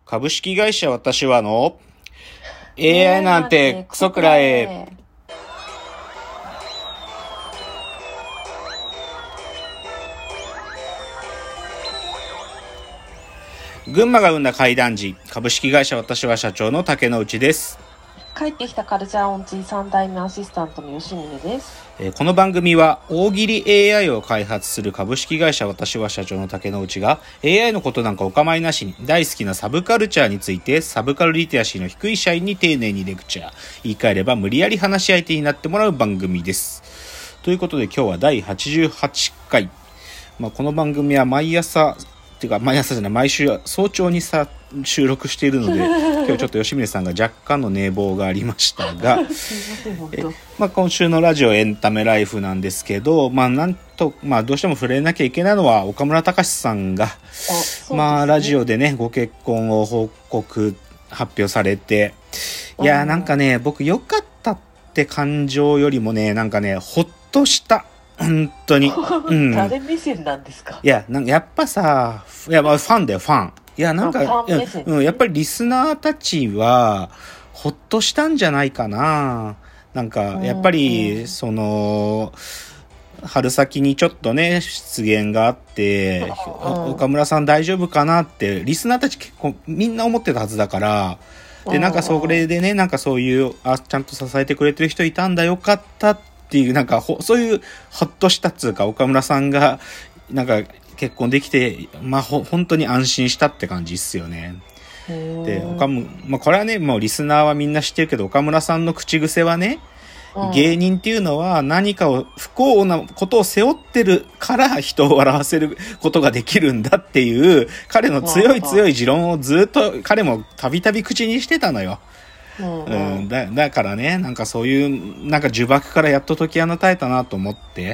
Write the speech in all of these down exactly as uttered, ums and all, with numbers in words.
株式会社私はの エーアイ なんてクソくらえ。群馬が生んだ怪談時、株式会社私は社長の竹之内です。 帰ってきたカルチャーオンチさん代目アシスタントの吉峰です。 えー、この番組は大喜利 エーアイ を開発する株式会社私は社長の竹之内が エーアイ のことなんかお構いなしに大好きなサブカルチャーについてサブカルリテラシーの低い社員に丁寧にレクチャー、言い換えれば無理やり話し相手になってもらう番組です。ということで今日はだいはちじゅうはちかい、まあ、この番組は毎朝っていうか毎朝じゃない毎週早朝にさ収録しているので今日ちょっと吉峰さんが若干の寝坊がありましたがえ、まあ、今週のラジオエンタメライフなんですけど、まあなんとまあ、どうしても触れなきゃいけないのは岡村隆史さんが、ね、まあ、ラジオでねご結婚を報告発表されて、いやなんかね僕良かったって感情よりもねなんかねほっとした本当に、 うん、誰目線なんですか？ いや、なんかやっぱさ、いや、まあ、ファンだよ、ファン。いや、なんか、いや、うん、やっぱりリスナーたちは、ほっとしたんじゃないかな。なんか、やっぱり、その、春先にちょっとね、出現があって、岡村さん大丈夫かなって、リスナーたち結構みんな思ってたはずだから、で、なんかそれでね、なんかそういう、あ、ちゃんと支えてくれてる人いたんだ、よかったって、っていうなんかそういうほっとしたっつうか岡村さんがなんか結婚できてまあほ本当に安心したって感じっすよね。で岡村、まあ、これはねもうリスナーはみんな知ってるけど岡村さんの口癖はね、うん、芸人っていうのは何かを不幸なことを背負ってるから人を笑わせることができるんだっていう彼の強い強い持論をずっと彼もたびたび口にしてたのよ。うんうん、だ, だからねなんかそういうなんか呪縛からやっと解き放たれたなと思って、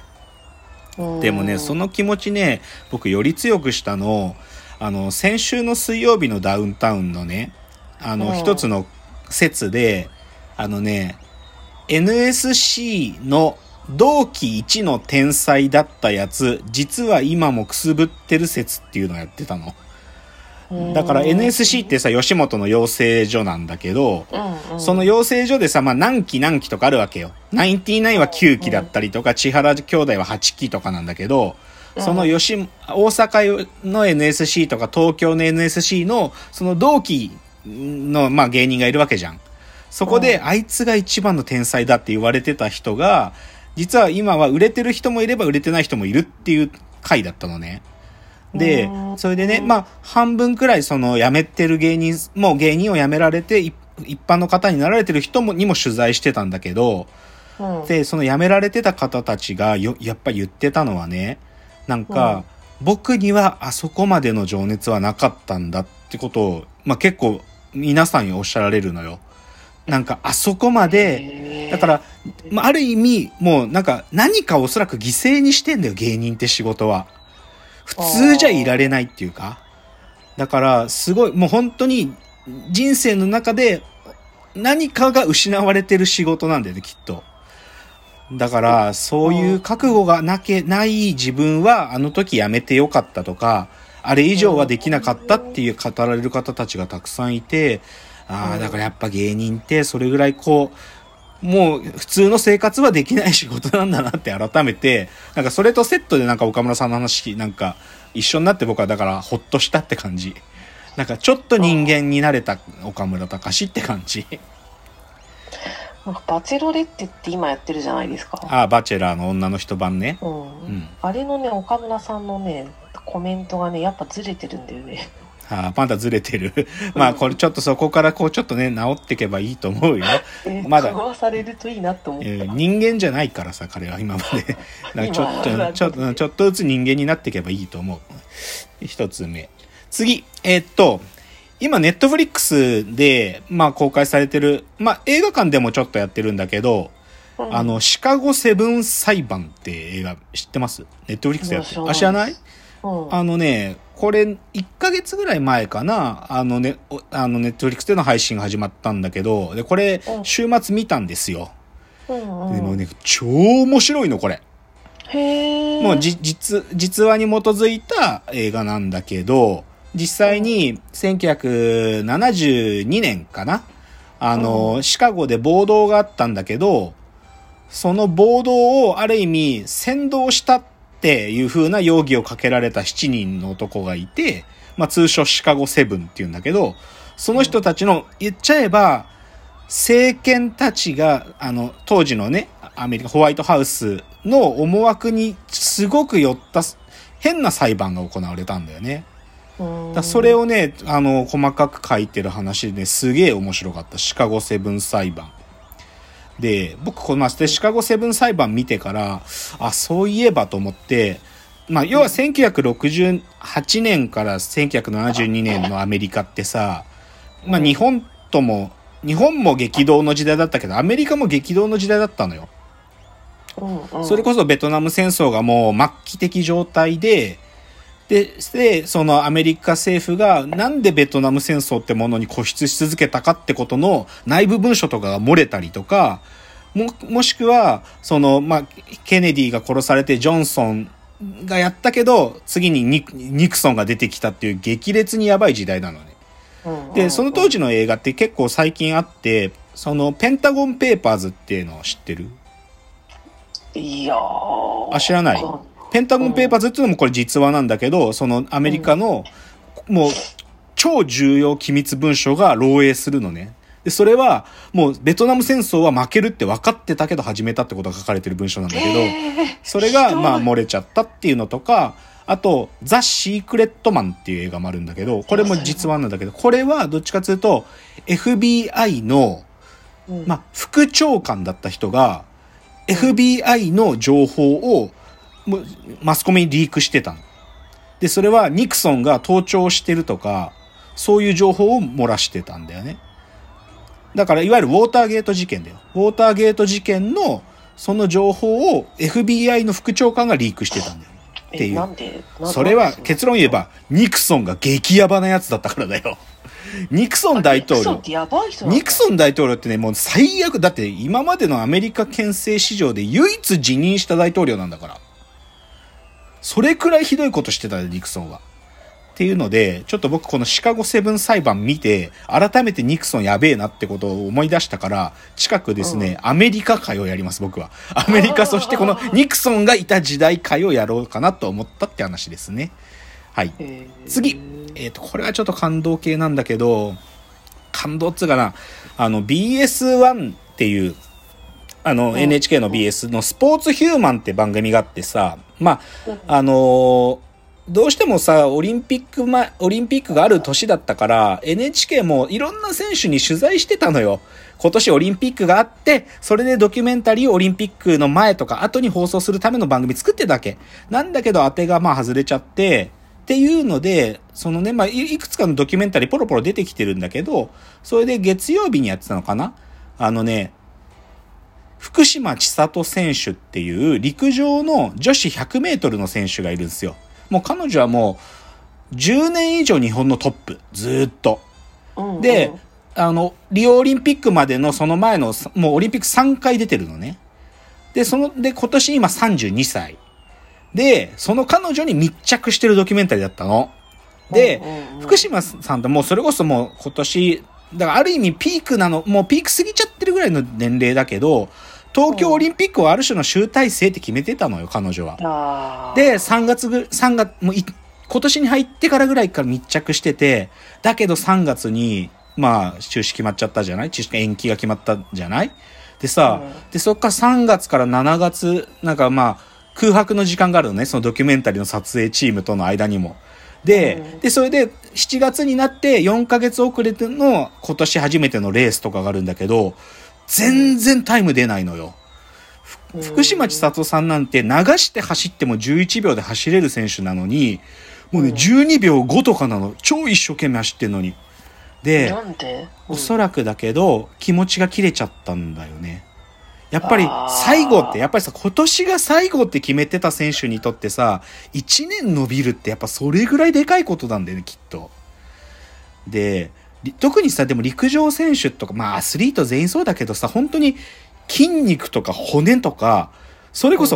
でもねその気持ちね僕より強くしたのあの先週の水曜日のダウンタウンのねあの一つの説であのね エヌエスシー の同期いちの天才だったやつ実は今もくすぶってる説っていうのをやってたの。だから エヌエスシー ってさ吉本の養成所なんだけど、うんうん、その養成所でさ、まあ、何期何期とかあるわけよ。ナインティナインはきゅうきだったりとか、千原兄弟ははちきとかなんだけど、その吉大阪の エヌエスシー とか東京の エヌエスシー のその同期のまあ芸人がいるわけじゃん。そこであいつが一番の天才だって言われてた人が実は今は売れてる人もいれば売れてない人もいるっていう回だったのね。で、それでね、まあ、半分くらいその辞めてる芸人、もう芸人を辞められて、一般の方になられてる人もにも取材してたんだけど、うん、で、その辞められてた方たちがよ、やっぱり言ってたのはね、なんか、うん、僕にはあそこまでの情熱はなかったんだってことを、まあ結構皆さんにおっしゃられるのよ。なんかあそこまで、だから、まあ、ある意味、もうなんか何かおそらく犠牲にしてんだよ、芸人って仕事は。普通じゃいられないっていうか。だから、すごい、もう本当に人生の中で何かが失われてる仕事なんだよね、きっと。だから、そういう覚悟がなけ、ない自分はあの時やめてよかったとか、あれ以上はできなかったっていう語られる方たちがたくさんいて、ああ、だからやっぱ芸人ってそれぐらいこう、もう普通の生活はできない仕事なんだなって改めてなんかそれとセットでなんか岡村さんの話なんか一緒になって僕はだからほっとしたって感じ。なんかちょっと人間になれた岡村隆史って感じ。 なんかバチェロレッテって今やってるじゃないですか。 ああバチェラーの女の人版ね、 うんうん、あれのね岡村さんのねコメントがねやっぱずれてるんだよね。 ああ、まだずれてる。まあこれちょっとそこからこうちょっとね治っていけばいいと思うよ。 えー、まだ緩和されるといいなと思った、えー、 人間じゃないからさ彼は今までなんかちょっとちょっとちょっとずつ人間になっていけばいいと思う。一つ目。次えー、っと今ネットフリックスでまあ公開されてるまあ映画館でもちょっとやってるんだけど、うん、あのシカゴセブン裁判って映画知ってます？ネットフリックスでやってる。あ知らない？うん、あのねこれいっかげつぐらい前かなあのねあのネットフリックスでの配信が始まったんだけどでこれ週末見たんですよ、うんうん、でもね超面白いのこれへーもうじ実実話に基づいた映画なんだけど実際にせんきゅうひゃくななじゅうにねんかな、あの、シカゴで暴動があったんだけど、その暴動をある意味扇動したっていう風な容疑をかけられたしちにんの男がいて、まあ通称シカゴセブンっていうんだけど、その人たちの言っちゃえば、政権たちが、あの、当時のね、アメリカホワイトハウスの思惑にすごく寄った変な裁判が行われたんだよね。だそれをね、あの、細かく書いてる話で、すげえ面白かった。シカゴセブン裁判。で、僕、この、まあ、シカゴセブン裁判見てから、あ、そういえばと思って、まあ、要はせんきゅうひゃくろくじゅうはちねんからせんきゅうひゃくななじゅうにねんのアメリカってさ、まあ、日本とも、日本も激動の時代だったけど、アメリカも激動の時代だったのよ。それこそベトナム戦争がもう末期的状態で、で、で、そのアメリカ政府がなんでベトナム戦争ってものに固執し続けたかってことの内部文書とかが漏れたりとか、も、もしくは、その、まあ、ケネディが殺されてジョンソンがやったけど、次にニ、ニクソンが出てきたっていう激烈にやばい時代なのね。で、その当時の映画って結構最近あって、そのペンタゴンペーパーズっていうのを知ってる？ いやー。 あ、知らない。ペンタゴンペーパーズっていうのもこれ実話なんだけど、そのアメリカのもう超重要機密文書が漏洩するのね。で、それはもうベトナム戦争は負けるって分かってたけど始めたってことが書かれてる文書なんだけど、それがまあ漏れちゃったっていうのとか、あと、ザ・シークレットマンっていう映画もあるんだけど、これも実話なんだけど、これはどっちかというと エフビーアイ のまあ副長官だった人が エフビーアイ の情報をマスコミにリークしてたの。で、それはニクソンが盗聴してるとか、そういう情報を漏らしてたんだよね。だから、いわゆるウォーターゲート事件だよ。ウォーターゲート事件の、その情報を エフビーアイ の副長官がリークしてたんだよ。っていう。 なんで？ それは、結論言えば、ニクソンが激ヤバなやつだったからだよ。ニクソン大統領。ニクソンってやばい人なんだ。ニクソン大統領ってね、もう最悪、だって今までのアメリカ憲政史上で唯一辞任した大統領なんだから。それくらいひどいことしてたね、ニクソンは。っていうので、ちょっと僕このシカゴセブン裁判見て、改めてニクソンやべえなってことを思い出したから、近くですね、うん、アメリカ会をやります、僕は。アメリカ、そしてこのニクソンがいた時代会をやろうかなと思ったって話ですね。はい。次。えっと、これはちょっと感動系なんだけど、感動っつうかな、あの、ビーエスワン っていう、あの、エヌエイチケー の ビーエス のスポーツヒューマンって番組があってさ、まあ、あのー、どうしてもさ、オリンピック前、オリンピックがある年だったから、エヌエイチケー もいろんな選手に取材してたのよ。今年オリンピックがあって、それでドキュメンタリーをオリンピックの前とか後に放送するための番組作ってたわけ。なんだけど当てがまあ外れちゃって、っていうので、そのね、まあ、いくつかのドキュメンタリーポロポロ出てきてるんだけど、それで月曜日にやってたのかな？あのね、福島千里選手っていう陸上の女子ひゃくメートルの選手がいるんですよ。もう彼女はもうじゅうねん以上日本のトップ。ずーっと。うんうん、で、あの、リオオリンピックまでのその前の、もうオリンピックさんかい出てるのね。で、その、で、今年今さんじゅうにさい。で、その彼女に密着してるドキュメンタリーだったの。で、うんうんうん、福島さんともうそれこそもう今年、だからある意味ピークなの、もうピーク過ぎちゃってるぐらいの年齢だけど、東京オリンピックをある種の集大成って決めてたのよ、彼女は。で、さんがつぐ、さんがつ、もうい、今年に入ってからぐらいから密着してて、だけどさんがつに、まあ、中止決まっちゃったじゃない？中止延期が決まったじゃない？でさ、うん、で、そっからさんがつからしちがつ、なんかまあ、空白の時間があるのね、そのドキュメンタリーの撮影チームとの間にも。で、うん、で、それでしちがつになってよんかげつ遅れての今年初めてのレースとかがあるんだけど、全然タイム出ないのよ。福島千里さんなんて流して走ってもじゅういちびょうで走れる選手なのに、もうね、じゅうにびょうごとかなの。超一生懸命走ってんのに。で、 なんで？ おそらくだけど、気持ちが切れちゃったんだよね。やっぱり最後って、やっぱりさ、今年が最後って決めてた選手にとってさ、いちねん伸びるってやっぱそれぐらいでかいことなんだよね、きっと。で、特にさ、でも陸上選手とか、まあアスリート全員そうだけどさ、本当に筋肉とか骨とか、それこそ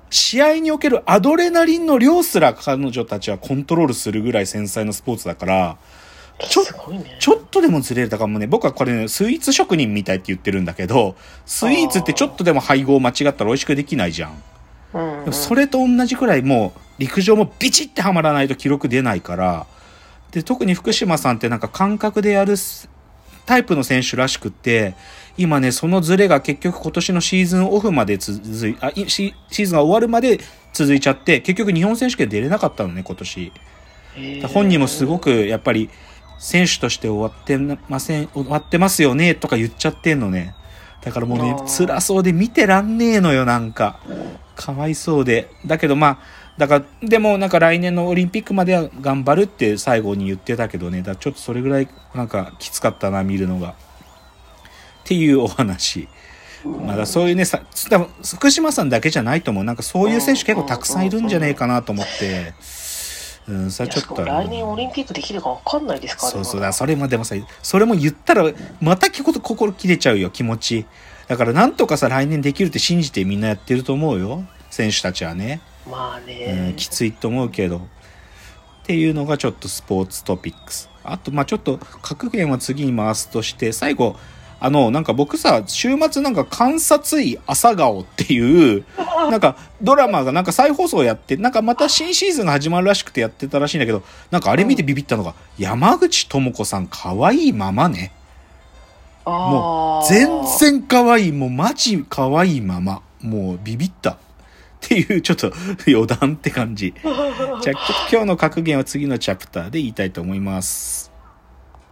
試合におけるアドレナリンの量すら彼女たちはコントロールするぐらい繊細なスポーツだから、ちょ、ね、ちょっとでもずれるとかもね、僕はこれね、スイーツ職人みたいって言ってるんだけど、スイーツってちょっとでも配合間違ったら美味しくできないじゃん。うんうん、でもそれと同じくらいもう陸上もビチッてはまらないと記録出ないから、で、特に福島さんってなんか感覚でやるタイプの選手らしくって、今ね、そのズレが結局今年のシーズンオフまで続い、あ、シシーズンが終わるまで続いちゃって、結局日本選手権出れなかったのね、今年。本人もすごくやっぱり選手として終わってません、終わってますよねとか言っちゃってんのね。だからもうね、辛そうで見てらんねえのよ、なんか。かわいそうで。だけどまあ、だから、でもなんか来年のオリンピックまでは頑張るって最後に言ってたけどね、だからちょっとそれぐらいなんかきつかったな、見るのが。っていうお話。まだそういうね、さ、多分福島さんだけじゃないと思う。なんかそういう選手結構たくさんいるんじゃねえかなと思って。うん、さ、ちょっと。 来年オリンピックできるか分かんないですからね。 そうそうだ、それもでもさ、それも言ったら、また心切れちゃうよ、気持ち。だからなんとかさ、来年できるって信じてみんなやってると思うよ。選手たちはね。 まあね、 うん、きついと思うけど。っていうのがちょっとスポーツトピックス。あと、まあちょっと、格言は次に回すとして、最後、あの、なんか僕さ、週末なんか観察医朝顔っていう、なんかドラマがなんか再放送やって、なんかまた新シーズンが始まるらしくてやってたらしいんだけど、なんかあれ見てビビったのが、山口智子さん可愛いままね。もう全然可愛い、もうマジ可愛いまま。もうビビった。っていうちょっと余談って感じ。じゃあ今日の格言は次のチャプターで言いたいと思います。